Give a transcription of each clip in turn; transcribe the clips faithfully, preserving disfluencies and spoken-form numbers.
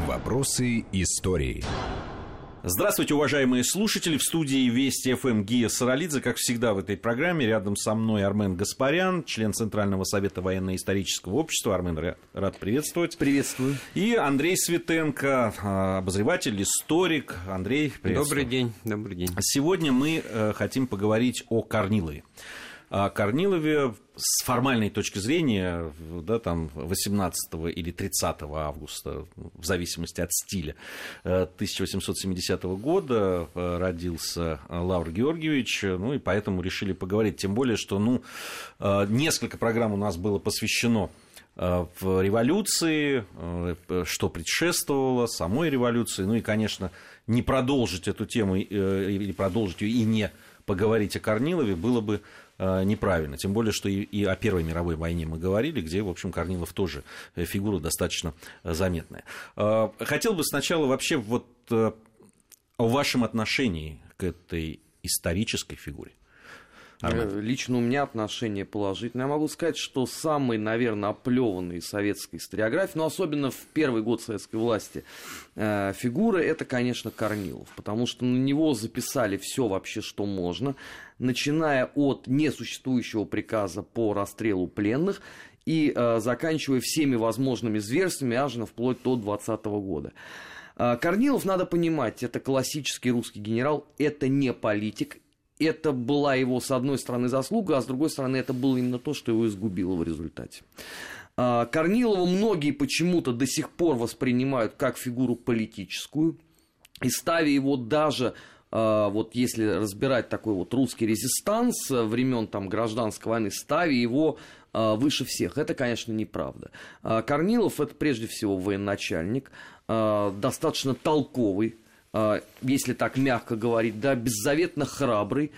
Вопросы истории. Здравствуйте, уважаемые слушатели. В студии Вести ФМ Гия Саралидзе. Как всегда в этой программе рядом со мной Армен Гаспарян, член Центрального совета военно-исторического общества. Армен, рад приветствовать. Приветствую. И Андрей Светенко, обозреватель, историк. Андрей, приветствую. Добрый день. Добрый день. Сегодня мы хотим поговорить о Корнилове. О Корнилове с формальной точки зрения, да, там, восемнадцатого или тридцатого августа, в зависимости от стиля, тысяча восемьсот семидесятого года родился Лавр Георгиевич, ну и поэтому решили поговорить. Тем более, что ну, несколько программ у нас было посвящено в революции, что предшествовало самой революции, ну и, конечно, не продолжить эту тему или продолжить ее и не поговорить о Корнилове было бы неправильно. Тем более, что и, и о Первой мировой войне мы говорили, где, в общем, Корнилов тоже фигура достаточно заметная. Хотел бы сначала вообще вот о вашем отношении к этой исторической фигуре. Армен. Лично у меня отношение положительное. Я могу сказать, что самый, наверное, оплеванный советской историографии, но особенно в первый год советской власти, э, фигура, это, конечно, Корнилов. Потому что на него записали все вообще, что можно, начиная от несуществующего приказа по расстрелу пленных и э, заканчивая всеми возможными зверствами, аж на вплоть до двадцатого года. Э, Корнилов, надо понимать, это классический русский генерал, это не политик. Это была его, с одной стороны, заслуга, а с другой стороны, это было именно то, что его изгубило в результате. Корнилова многие почему-то до сих пор воспринимают как фигуру политическую, и ставя его даже, вот если разбирать такой вот русский резистанс времен там гражданской войны, ставя его выше всех. Это, конечно, неправда. Корнилов – это прежде всего военачальник, достаточно толковый, если так мягко говорить, да, беззаветно храбрый,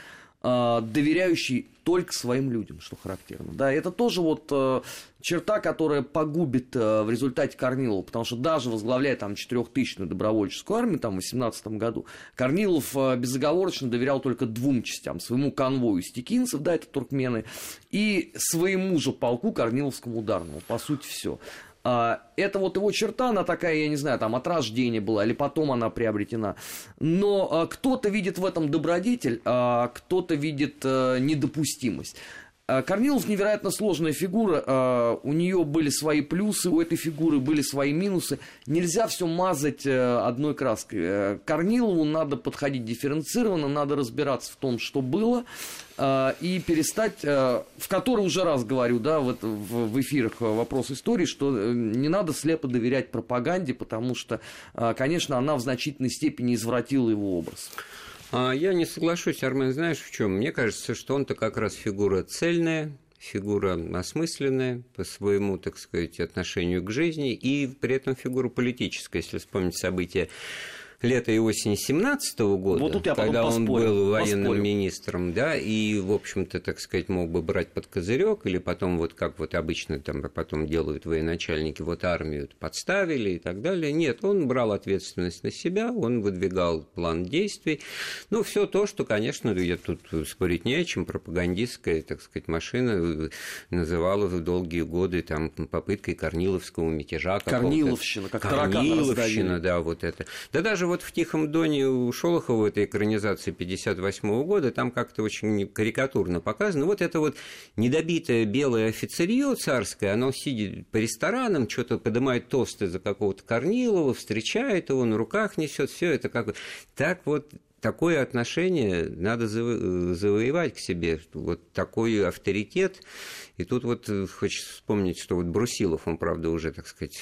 доверяющий только своим людям, что характерно. Да, это тоже вот черта, которая погубит в результате Корнилова, потому что даже возглавляя там четырехтысячную добровольческую армию там, в восемнадцатом году, Корнилов безоговорочно доверял только двум частям: своему конвою стекинцев, да, это туркмены, и своему же полку Корниловскому ударному. По сути, все. Это вот его черта, она такая, я не знаю, там от рождения была, или потом она приобретена. Но кто-то видит в этом добродетель, а кто-то видит недопустимость. Корнилов невероятно сложная фигура, у нее были свои плюсы, у этой фигуры были свои минусы. Нельзя все мазать одной краской. Корнилову надо подходить дифференцированно, надо разбираться в том, что было, и перестать, в который уже раз говорю, да, в, в эфирах «Вопрос истории», что не надо слепо доверять пропаганде, потому что, конечно, она в значительной степени извратила его образ. Я не соглашусь, Армен, знаешь, в чем? Мне кажется, что он-то как раз фигура цельная, фигура осмысленная по своему, так сказать, отношению к жизни, и при этом фигура политическая, если вспомнить события лета и осени семнадцатого года, вот когда он поспорил, был военным поспорил. министром, да, и, в общем-то, так сказать, мог бы брать под козырек, или потом, вот как вот обычно там потом делают военачальники, вот армию подставили и так далее. Нет, он брал ответственность на себя, он выдвигал план действий. Ну, все то, что, конечно, я тут спорить не о чем, пропагандистская, так сказать, машина называла в долгие годы там попыткой корниловского мятежа. Корниловщина, как Корниловщина, да, вот это. Да даже вот в «Тихом доне» у Шолохова, этой экранизации пятьдесят восьмого года, там как-то очень карикатурно показано. Вот это вот недобитое белое офицерье царское, оно сидит по ресторанам, что-то поднимает тосты за какого-то Корнилова, встречает его, на руках несет, все это как... Так вот, такое отношение надо заво- завоевать к себе, вот такой авторитет. И тут вот хочется вспомнить, что вот Брусилов, он, правда, уже, так сказать,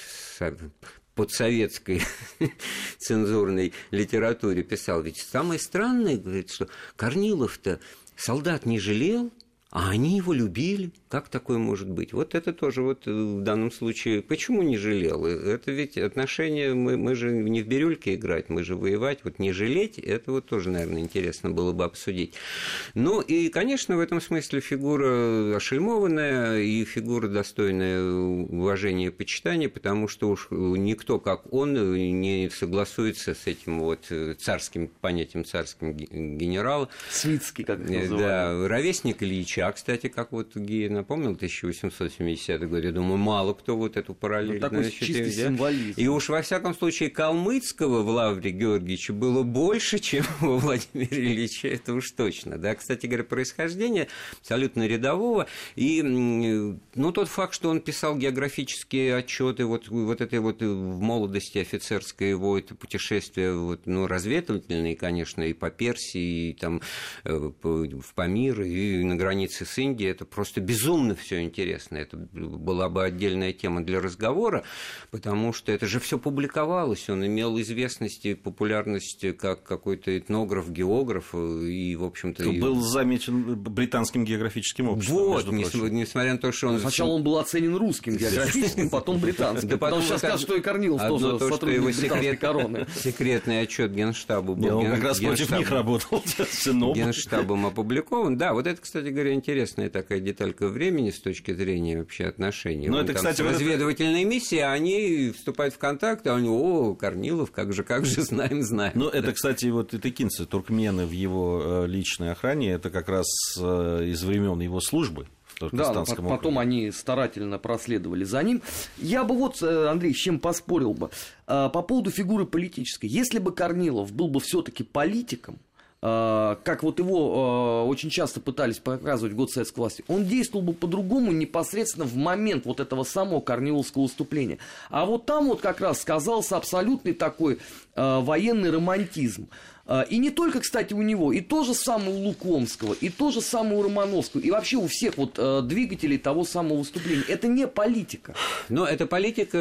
подсоветской цензурной литературе писал. Ведь самое странное, говорит, что Корнилов-то солдат не жалел, а они его любили. Как такое может быть? Вот это тоже вот в данном случае... Почему не жалел? Это ведь отношения... Мы, мы же не в бирюльке играть, мы же воевать. Вот не жалеть, это вот тоже, наверное, интересно было бы обсудить. Ну, и, конечно, в этом смысле фигура ошельмованная и фигура достойная уважения и почитания, потому что уж никто, как он, не согласуется с этим вот царским понятием царским генерала. Свитский, как это называют. Да, ровесник Ильича Ильича, кстати, как вот Гея напомнил, тысяча восемьсот семидесятые годы, я думаю, мало кто вот эту параллель... Ну, такой значит, чистый да? символизм. И уж во всяком случае Калмыцкого в Лавре Георгиевича было больше, чем во Владимире Ильиче, это уж точно. Да, кстати говоря, происхождение абсолютно рядового. И ну, тот факт, что он писал географические отчеты, вот, вот этой вот в молодости офицерское его это путешествие, вот, ну, разведывательные, конечно, и по Персии, и там в Памир, и на границе с Индией, это просто безумно все интересно. Это была бы отдельная тема для разговора, потому что это же все публиковалось, он имел известность и популярность как какой-то этнограф, географ, и, в общем-то... Был и... замечен британским географическим обществом. Вот, несмотря на то, что он... Сначала он был оценен русским географическим, потом британским. Да потом сейчас скажут, что и Корнилов тоже сотрудник британской короны. Секретный отчет Генштаба был. Он как раз против них работал. Генштабом опубликован. Да, вот это, кстати говоря, интересная такая деталька времени с точки зрения вообще отношений. Но это, кстати, разведывательные миссии, они вступают в контакт, а они, о, Корнилов, как же, как же, знаем, знаем. Ну, это, кстати, вот итыкинцы, туркмены в его личной охране, это как раз из времен его службы. Да, потом округе. Они старательно проследовали за ним. Я бы вот, Андрей, с чем поспорил бы. По поводу фигуры политической. Если бы Корнилов был бы все-таки политиком, как вот его очень часто пытались показывать в год советской власти, он действовал бы по-другому непосредственно в момент вот этого самого корниловского выступления. А вот там вот как раз сказался абсолютный такой военный романтизм. И не только, кстати, у него, и то же самое у Лукомского, и то же самое у Романовского, и вообще у всех вот э, двигателей того самого выступления. Это не политика. Но это политика,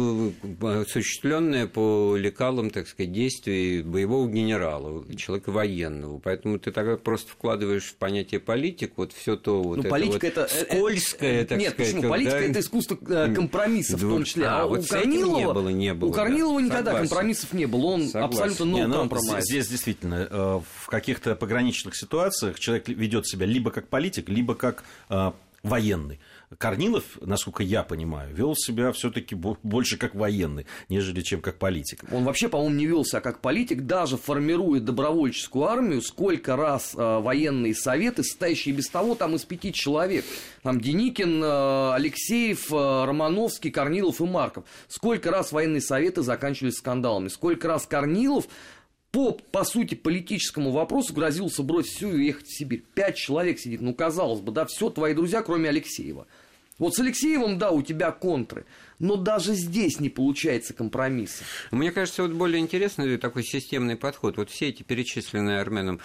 осуществленная по лекалам, так сказать, действий боевого генерала, человека военного. Поэтому ты тогда просто вкладываешь в понятие политик вот все то вот ну, это политика вот это, скользкое, так нет, сказать. Нет, почему? Политика да? это искусство компромисса в том числе. А, а вот у Корнилова не было, не было, у Корнилова да. никогда Согласен. Компромиссов не было. Он Согласен. абсолютно no не, compromise. Здесь действительно в каких-то пограничных ситуациях человек ведет себя либо как политик, либо как э, военный. Корнилов, насколько я понимаю, вел себя все-таки больше как военный, нежели чем как политик. Он вообще, по-моему, не вел себя как политик, даже формируя добровольческую армию, сколько раз э, военные советы, состоящие без того там из пяти человек, там Деникин, э, Алексеев, э, Романовский, Корнилов и Марков, сколько раз военные советы заканчивались скандалами, сколько раз Корнилов по, по сути, политическому вопросу грозился бросить всю и уехать в Сибирь. Пять человек сидит, ну, казалось бы, да, все твои друзья, кроме Алексеева. Вот с Алексеевым, да, у тебя контры, но даже здесь не получается компромисса. Мне кажется, вот более интересный такой системный подход. Вот все эти перечисленные Арменом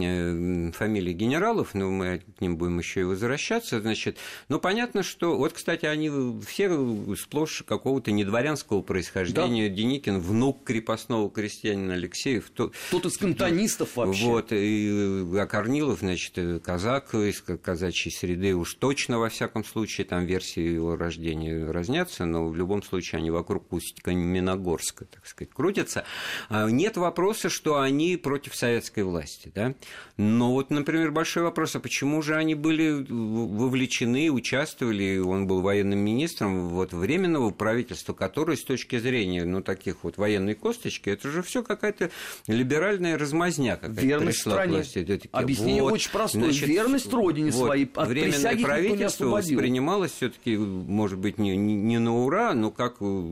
фамилии генералов, ну, мы к ним будем еще и возвращаться, значит, ну, понятно, что, вот, кстати, они все сплошь какого-то недворянского происхождения. Да. Деникин, внук крепостного крестьянина Алексеев. То, Тот из кантонистов вообще. Вот, и а Корнилов, значит, казак из казачьей среды уж точно, во всяком случае, там версии его рождения разнятся, но в любом случае они вокруг Усть-Каменогорска, так сказать, крутятся. Нет вопроса, что они против советской власти, да? Но вот, например, большой вопрос, а почему же они были вовлечены, участвовали, он был военным министром вот временного правительства, которое с точки зрения, ну, таких вот военной косточки, это же все какая-то либеральная размазня какая-то. Верность стране. Объяснение вот, очень простое. Значит, верность родине вот, своей. От временное правительство воспринималось все-таки, может быть, не, не на ура, но как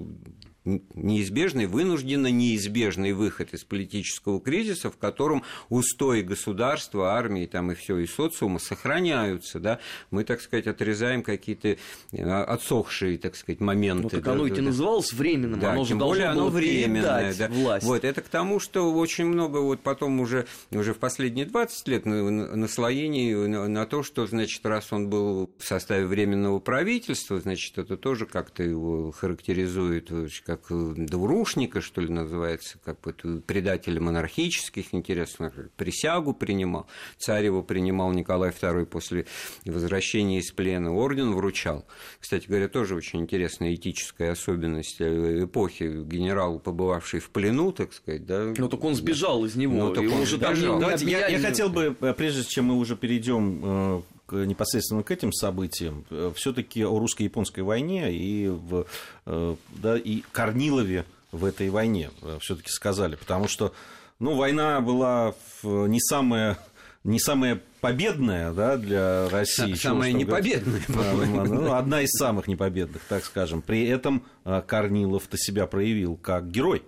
неизбежный, вынужденно неизбежный выход из политического кризиса, в котором устои государства, армии там, и все, и социума сохраняются. Да? Мы, так сказать, отрезаем какие-то отсохшие, так сказать, моменты. Ну, так да, оно да, ведь и называлось временным, да, оно же тем должно более оно было временное. Да. Власть. Вот, это к тому, что очень много вот потом уже, уже в последние двадцать лет наслоений на, на то, что, значит, раз он был в составе временного правительства, значит, это тоже как-то его характеризует как двурушника, что ли, называется, как вот предателя монархических интересов, присягу принимал. Царь его принимал Николай второй после возвращения из плена, орден вручал. Кстати говоря, тоже очень интересная этическая особенность эпохи. Генерал, побывавший в плену, так сказать, да. Ну, так он сбежал из него. Ну, так он уже сбежал. Давайте, я, я хотел бы, прежде чем мы уже перейдем непосредственно к этим событиям, все-таки о русско-японской войне и, в, да, и Корнилове в этой войне все-таки сказали, потому что, ну, война была не самая, не самая победная, да, для России. Самая непобедная. Ну, одна из самых непобедных, так скажем. При этом Корнилов-то себя проявил как герой.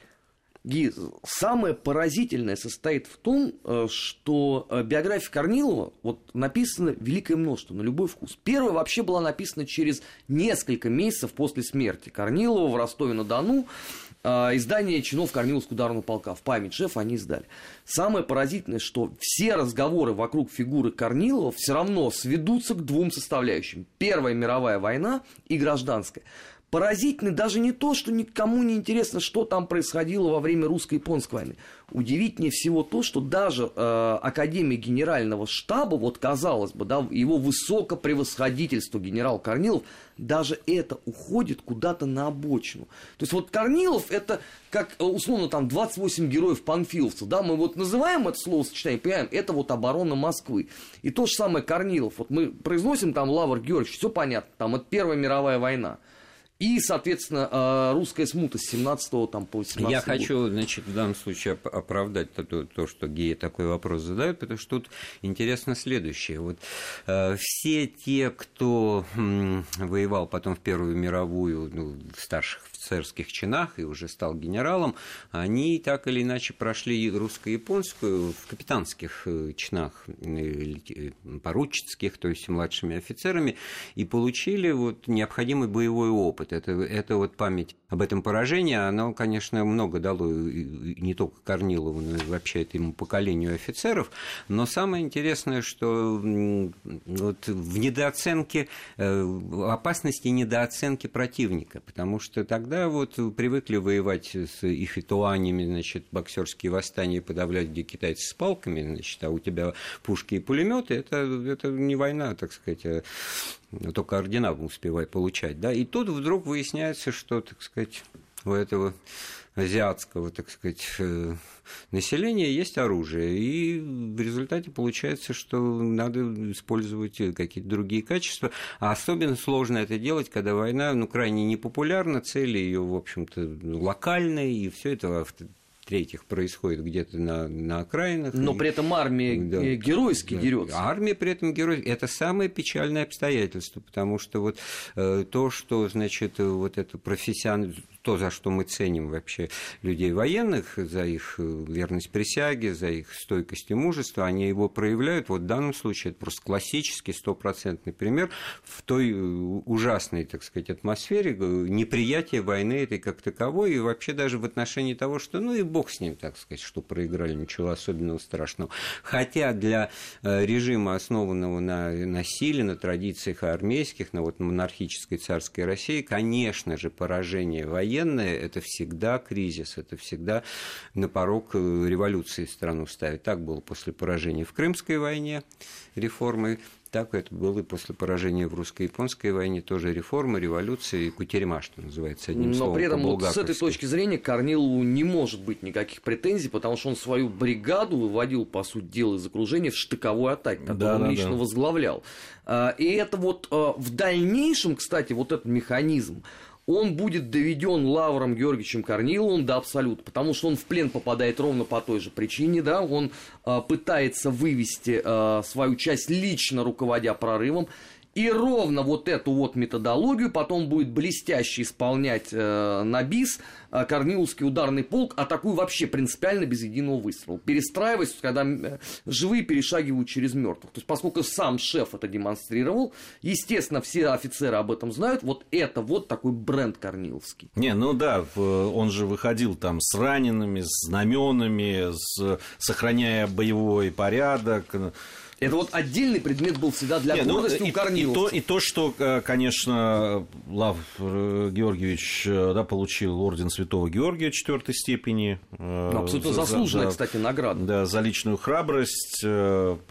Ги, самое поразительное состоит в том, что биография Корнилова вот, написана великое множество, на любой вкус. Первая вообще была написана через несколько месяцев после смерти Корнилова в Ростове-на-Дону. Издание чинов Корниловского ударного полка в память шефа они издали. Самое поразительное, что все разговоры вокруг фигуры Корнилова все равно сведутся к двум составляющим. Первая мировая война и гражданская. Поразительно даже не то, что никому не интересно, что там происходило во время русско-японской войны. Удивительнее всего то, что даже э, Академия Генерального штаба, вот казалось бы, да, его высокопревосходительство генерал Корнилов, даже это уходит куда-то на обочину. То есть вот Корнилов это как условно там двадцать восемь героев-панфиловцев, да, мы вот называем это словосочетание, понимаем, это вот оборона Москвы. И то же самое Корнилов, вот мы произносим там Лавр Георгиевич, все понятно, там это Первая мировая война. И, соответственно, русская смута с семнадцатого там, по восемнадцатый Я год. хочу, значит, в данном случае оправдать то, то, то, что Гея такой вопрос задает, потому что тут интересно следующее. Вот, э, все те, кто м, воевал потом в Первую мировую ну, в старших офицерских чинах и уже стал генералом, они так или иначе прошли русско-японскую в капитанских чинах, поручицких, то есть младшими офицерами, и получили вот необходимый боевой опыт. Это, это вот память об этом поражении, оно, конечно, много дало не только Корнилову, но и вообще этому поколению офицеров, но самое интересное, что вот в недооценке, опасности недооценки противника, потому что тогда вот привыкли воевать с ихитуанями, значит, боксерские восстания подавлять, где китайцы с палками, значит, а у тебя пушки и пулеметы, это, это не война, так сказать, а только ордена успевай получать, да, и тут вдруг выясняется, что, так сказать, у этого азиатского, так сказать, населения есть оружие, и в результате получается, что надо использовать какие-то другие качества, а особенно сложно это делать, когда война, ну, крайне непопулярна, цели ее, в общем-то, локальные, и все это в-третьих, происходит где-то на, на окраинах. Но и, при этом армия да, геройски да, дерется. Армия при этом геройски. Это самое печальное обстоятельство, потому что вот э, то, что, значит, вот это профессионально, то, за что мы ценим вообще людей военных, за их верность присяге, за их стойкость и мужество, они его проявляют. Вот в данном случае это просто классический стопроцентный пример в той ужасной, так сказать, атмосфере неприятия войны этой как таковой, и вообще даже в отношении того, что, ну и бог с ним, так сказать, что проиграли, ничего особенного страшного. Хотя для режима, основанного на насилии, на традициях армейских, на вот монархической царской России, конечно же, поражение военное это всегда кризис, это всегда на порог революции страну ставит. Так было после поражения в Крымской войне реформы, так это было и после поражения в русско-японской войне, тоже реформа, революция и кутерьма, что называется, одним Но словом. Но при этом вот с этой точки зрения Корнилову не может быть никаких претензий, потому что он свою бригаду выводил, по сути дела, из окружения в штыковой атаке, которую да, он да, лично да. возглавлял. И это вот в дальнейшем, кстати, вот этот механизм, он будет доведен Лавром Георгиевичем Корниловым до абсолюта, потому что он в плен попадает ровно по той же причине, да, он э, пытается вывести э, свою часть, лично руководя прорывом, и ровно вот эту вот методологию потом будет блестяще исполнять э, на бис э, Корниловский ударный полк, атакуя вообще принципиально без единого выстрела, перестраиваясь, когда э, живые перешагивают через мертвых. То есть, поскольку сам шеф это демонстрировал, естественно, все офицеры об этом знают, вот это вот такой бренд корниловский. Не, ну да, он же выходил там с ранеными, с знаменами, с... сохраняя боевой порядок. Это вот отдельный предмет был всегда для Не, гордости ну, у корниловцев. И, и, то, и то, что, конечно, Лавр Георгиевич да, получил орден Святого Георгия четвертой степени. Ну, абсолютно за, заслуженная, за, кстати, награда. Да, за личную храбрость,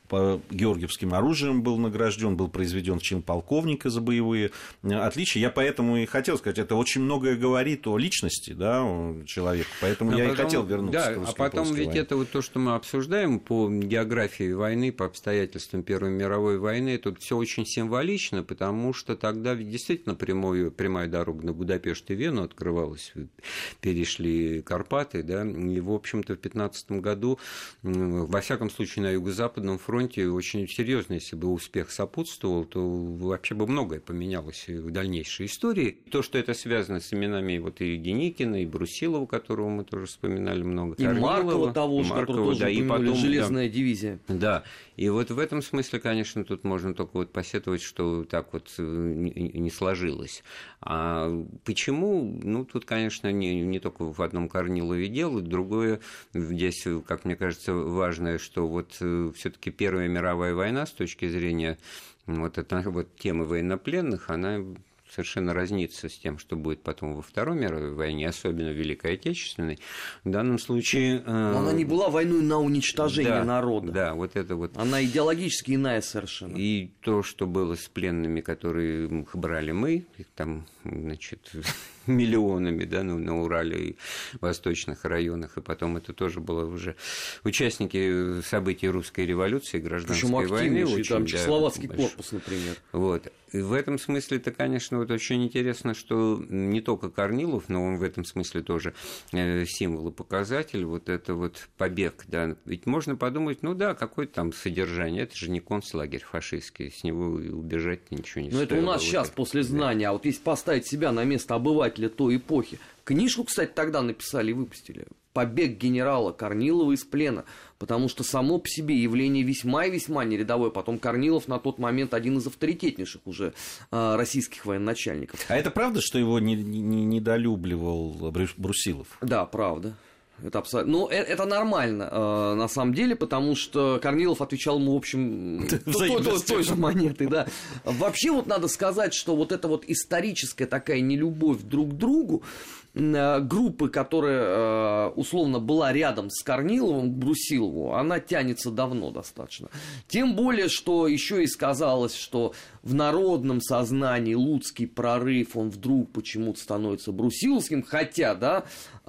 по георгиевским оружием был награжден, был произведен в чин полковника за боевые отличия. Я поэтому и хотел сказать, это очень многое говорит о личности, да, человека, поэтому а я потом, и хотел вернуться да, к русско-японской а потом ведь войне. Это вот то, что мы обсуждаем по географии войны, по обстоятельствам Первой мировой войны, тут все очень символично, потому что тогда ведь действительно прямой, прямая дорога на Будапешт и Вену открывалась, перешли Карпаты, да, и, в общем-то, в пятнадцатом году, во всяком случае, на Юго-Западном фронте очень серьезно, если бы успех сопутствовал, то вообще бы многое поменялось в дальнейшей истории. То, что это связано с именами вот и Деникина, и Брусилова, которого мы тоже вспоминали много, и Корнилова, Маркова того же, Маркова, который тоже да, и потом, железная да, дивизия. Да, и вот в этом смысле, конечно, тут можно только вот посетовать, что так вот не сложилось. А почему? Ну, тут, конечно, не, не только в одном Корнилове дело, другое, здесь, как мне кажется, важное, что вот все-таки Первая мировая война с точки зрения вот, это, вот темы военнопленных, она совершенно разнится с тем, что будет потом во Второй мировой войне, особенно в Великой Отечественной. В данном случае... Но она не была войной на уничтожение да, народа. Да, вот это вот... Она идеологически иная совершенно. И то, что было с пленными, которые их брали мы, их там, значит... миллионами, да, ну, на Урале и восточных районах, и потом это тоже было уже участники событий русской революции, гражданской Причем войны. Очень, там Чехословацкий да, корпус, например. Вот. И в этом смысле это, конечно, вот очень интересно, что не только Корнилов, но он в этом смысле тоже символ и показатель, вот это вот побег, да. Ведь можно подумать, ну да, какое там содержание, это же не концлагерь фашистский, с него убежать ничего не стоило. Но это у нас вот сейчас, это, после знания, да. А вот если поставить себя на место обывателя той эпохи. Книжку, кстати, тогда написали и выпустили. «Побег генерала Корнилова из плена», потому что само по себе явление весьма и весьма нерядовое. Потом Корнилов на тот момент один из авторитетнейших уже э, российских военачальников. А это правда, что его не, не, недолюбливал Брусилов? Да, правда. Это абсолютно. Ну, это, это нормально, э, на самом деле, потому что Корнилов отвечал ему, в общем, той, той, той же монетой, да. Вообще, вот надо сказать, что вот эта вот историческая такая нелюбовь друг к другу, э, группы, которая, э, условно, была рядом с Корниловым, к Брусилову, она тянется давно достаточно. Тем более, что еще и сказалось, что в народном сознании Луцкий прорыв, он вдруг почему-то становится брусиловским, хотя, да,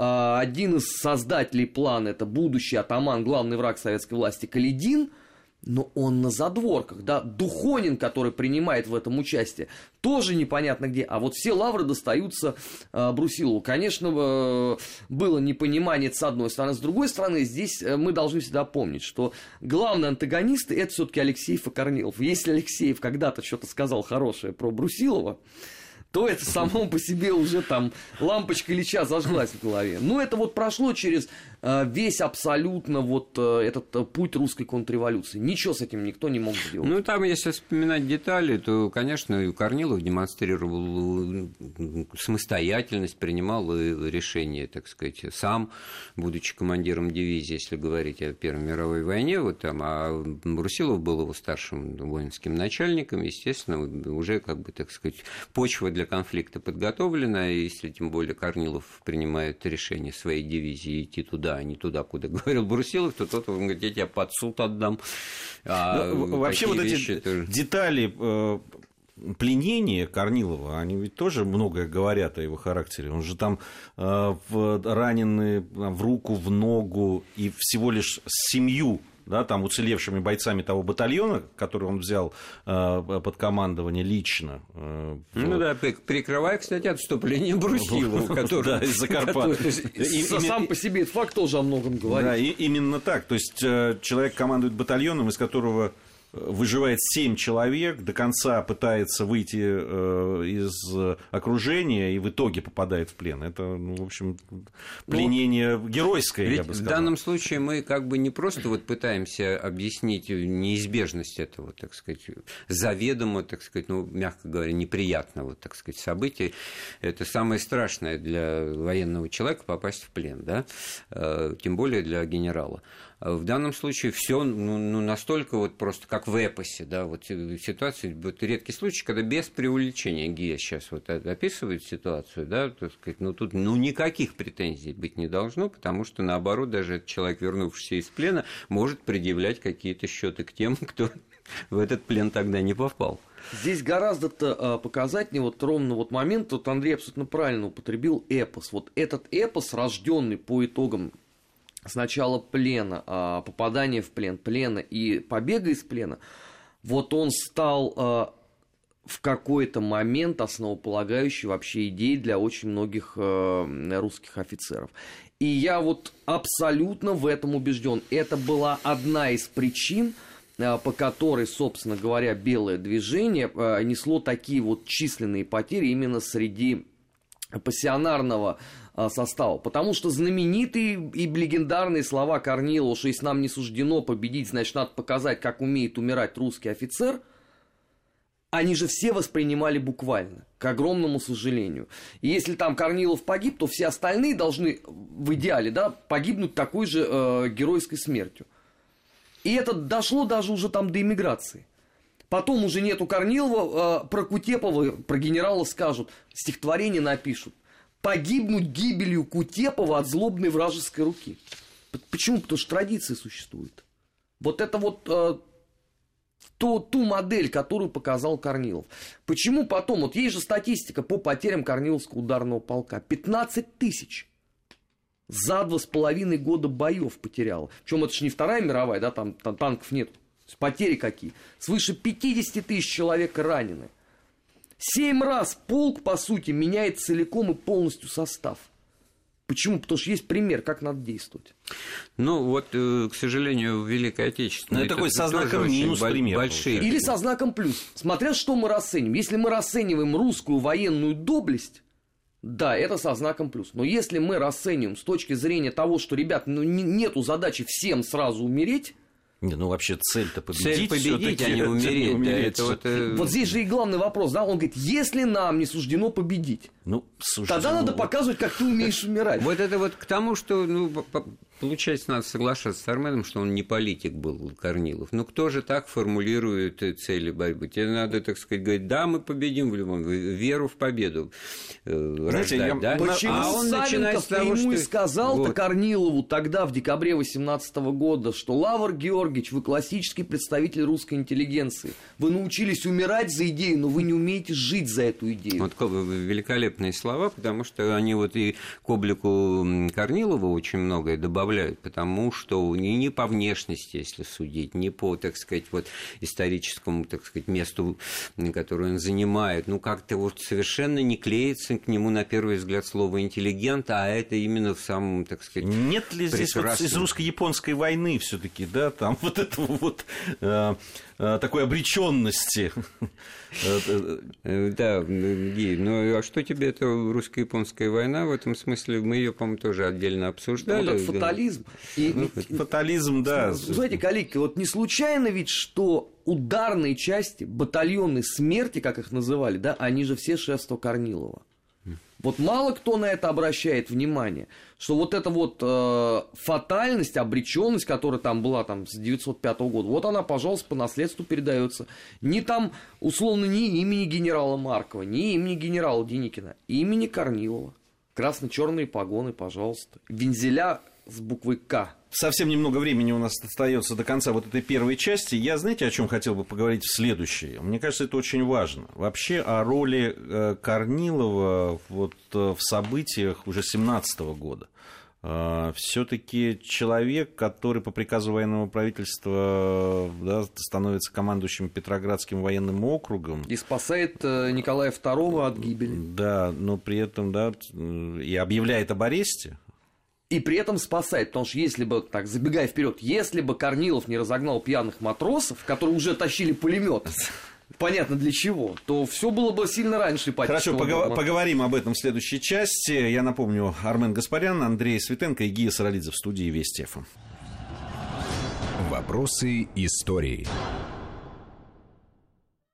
один из создателей плана, это будущий атаман, главный враг советской власти Каледин, но он на задворках, да, Духонин, который принимает в этом участие, тоже непонятно где, а вот все лавры достаются э, Брусилову. Конечно, э, было непонимание с одной стороны, с другой стороны, здесь мы должны всегда помнить, что главные антагонисты это все-таки Алексеев и Корнилов. Если Алексеев когда-то что-то сказал хорошее про Брусилова, то это само по себе уже там лампочка Ильича зажглась в голове. Ну, это вот прошло через э, весь абсолютно вот э, этот э, путь русской контрреволюции. Ничего с этим никто не мог сделать. Ну, там, если вспоминать детали, то, конечно, Корнилов демонстрировал самостоятельность, принимал решения, так сказать, сам, будучи командиром дивизии, если говорить о Первой мировой войне, вот там, а Брусилов был его старшим воинским начальником, естественно, уже, как бы, так сказать, почва для конфликта подготовлена, и если тем более Корнилов принимает решение своей дивизии идти туда, а не туда, куда говорил Брусилов, то тот, он говорит, я тебя под суд отдам. А ну, вообще вот эти тоже... детали э, пленения Корнилова, они ведь тоже многое говорят о его характере. Он же там э, в, раненый в руку, в ногу, и всего лишь семью, да, там уцелевшими бойцами того батальона, который он взял э, под командование лично. Э, в... Ну да, прикрывая, кстати, отступление Брусилова, который... Да, из-за Карпат. Сам по себе этот факт тоже о многом говорит. Да, именно так. То есть человек командует батальоном, из которого выживает семь человек, до конца пытается выйти из окружения и в итоге попадает в плен. Это, ну, в общем, пленение ну, геройское, я бы сказал. В данном случае мы как бы не просто вот пытаемся объяснить неизбежность этого, так сказать, заведомо, так сказать, ну, мягко говоря, неприятного, так сказать, события. Это самое страшное для военного человека попасть в плен, да, тем более для генерала. В данном случае все ну, настолько вот просто как в эпосе, да, вот ситуация, вот редкий случай, когда без преувеличения Гия сейчас вот описывает ситуацию, да, так сказать, ну тут ну, никаких претензий быть не должно, потому что, наоборот, даже этот человек, вернувшийся из плена, может предъявлять какие-то счеты к тем, кто в этот плен тогда не попал. Здесь гораздо показательнее вот ровно вот момент, вот Андрей абсолютно правильно употребил эпос. Вот этот эпос, рожденный по итогам сначала плена, попадания в плен, плена и побега из плена, вот он стал в какой-то момент основополагающей вообще идеей для очень многих русских офицеров. И я вот абсолютно в этом убежден. Это была одна из причин, по которой, собственно говоря, белое движение несло такие вот численные потери именно среди пассионарного состава. Потому что знаменитые и легендарные слова Корнилова, что если нам не суждено победить, значит, надо показать, как умеет умирать русский офицер, они же все воспринимали буквально, к огромному сожалению. И если там Корнилов погиб, то все остальные должны в идеале, да, погибнуть такой же э, геройской смертью. И это дошло даже уже там до эмиграции. Потом уже нету Корнилова, э, про Кутепова, про генерала скажут, стихотворение напишут. Погибнуть гибелью Кутепова от злобной вражеской руки. Почему? Потому что традиции существуют. Вот это вот э, то, ту модель, которую показал Корнилов. Почему потом? Вот есть же статистика по потерям Корниловского ударного полка. пятнадцать тысяч. За два с половиной года боев потерял. Причем это же не Вторая мировая, да, там, там танков нет. Потери какие? Свыше пятьдесят тысяч человек ранены. Семь раз полк, по сути, меняет целиком и полностью состав. Почему? Потому что есть пример, как надо действовать. Ну, вот, к сожалению, в Великой Отечественной... Ну, это такой со знаком минус пример. Большие. Или со знаком плюс. Смотря что мы расцениваем. Если мы расцениваем русскую военную доблесть, да, это со знаком плюс. Но если мы расцениваем с точки зрения того, что, ребят, ну, нету задачи всем сразу умереть... Не, ну вообще цель-то победить. Цель победить, а не умереть. умереть. Да, это вот, вот здесь же и главный вопрос, да, он говорит, если нам не суждено победить, ну, слушай, тогда ну, надо показывать, как ты умеешь умирать. Вот это вот к тому, что, ну, получается, надо соглашаться с Арменом, что он не политик был, Корнилов. Ну, кто же так формулирует цели борьбы? Тебе надо, так сказать, говорить, да, мы победим в любом, веру в победу э, Знаете, рождать, я... да? Почему а он начинает с того, ему что... и сказал-то вот. Корнилову тогда, в декабре восемнадцатого года, что Лавр Георгиевич, вы классический представитель русской интеллигенции. Вы научились умирать за идею, но вы не умеете жить за эту идею. Вот великолепные слова, потому что они вот и к облику Корнилова очень многое добавляют, потому что не, не по внешности, если судить, не по, так сказать, вот историческому, так сказать, месту, которое он занимает, ну как-то вот совершенно не клеится к нему на первый взгляд слово интеллигент, а это именно в самом, так сказать, нет ли здесь вот из русско-японской войны все-таки, да, там вот этого вот э, э, такой обреченности. Да, Гей, ну а что тебе эта русско-японская война в этом смысле? Мы ее, по-моему, тоже отдельно обсуждали. Вот этот фатализм. И, ну, фатализм, да. Знаете, коллеги, вот не случайно ведь, что ударные части, батальоны смерти, как их называли, да, они же все шефство Корнилова. Вот мало кто на это обращает внимание, что вот эта вот э, фатальность, обреченность, которая там была там, с девятьсот пятого года, вот она, пожалуйста, по наследству передается. Не там, условно, ни имени генерала Маркова, ни имени генерала Деникина, имени Корнилова. Красно-черные погоны, пожалуйста. Вензеля с буквой «К». Совсем немного времени у нас остается до конца вот этой первой части. Я, знаете, о чем хотел бы поговорить в следующей? Мне кажется, это очень важно. Вообще о роли Корнилова вот в событиях уже семнадцатого года. Все-таки человек, который по приказу военного правительства, да, становится командующим Петроградским военным округом. И спасает Николая второго от гибели. Да, но при этом, да, и объявляет об аресте. И при этом спасает, потому что если бы, так, забегая вперед, если бы Корнилов не разогнал пьяных матросов, которые уже тащили пулемет, понятно для чего, то все было бы сильно раньше. Хорошо, погов- поговорим об этом в следующей части. Я напомню, Армен Гаспарян, Андрей Светенко и Гия Саралидзе в студии Вести ФМ. Вопросы истории.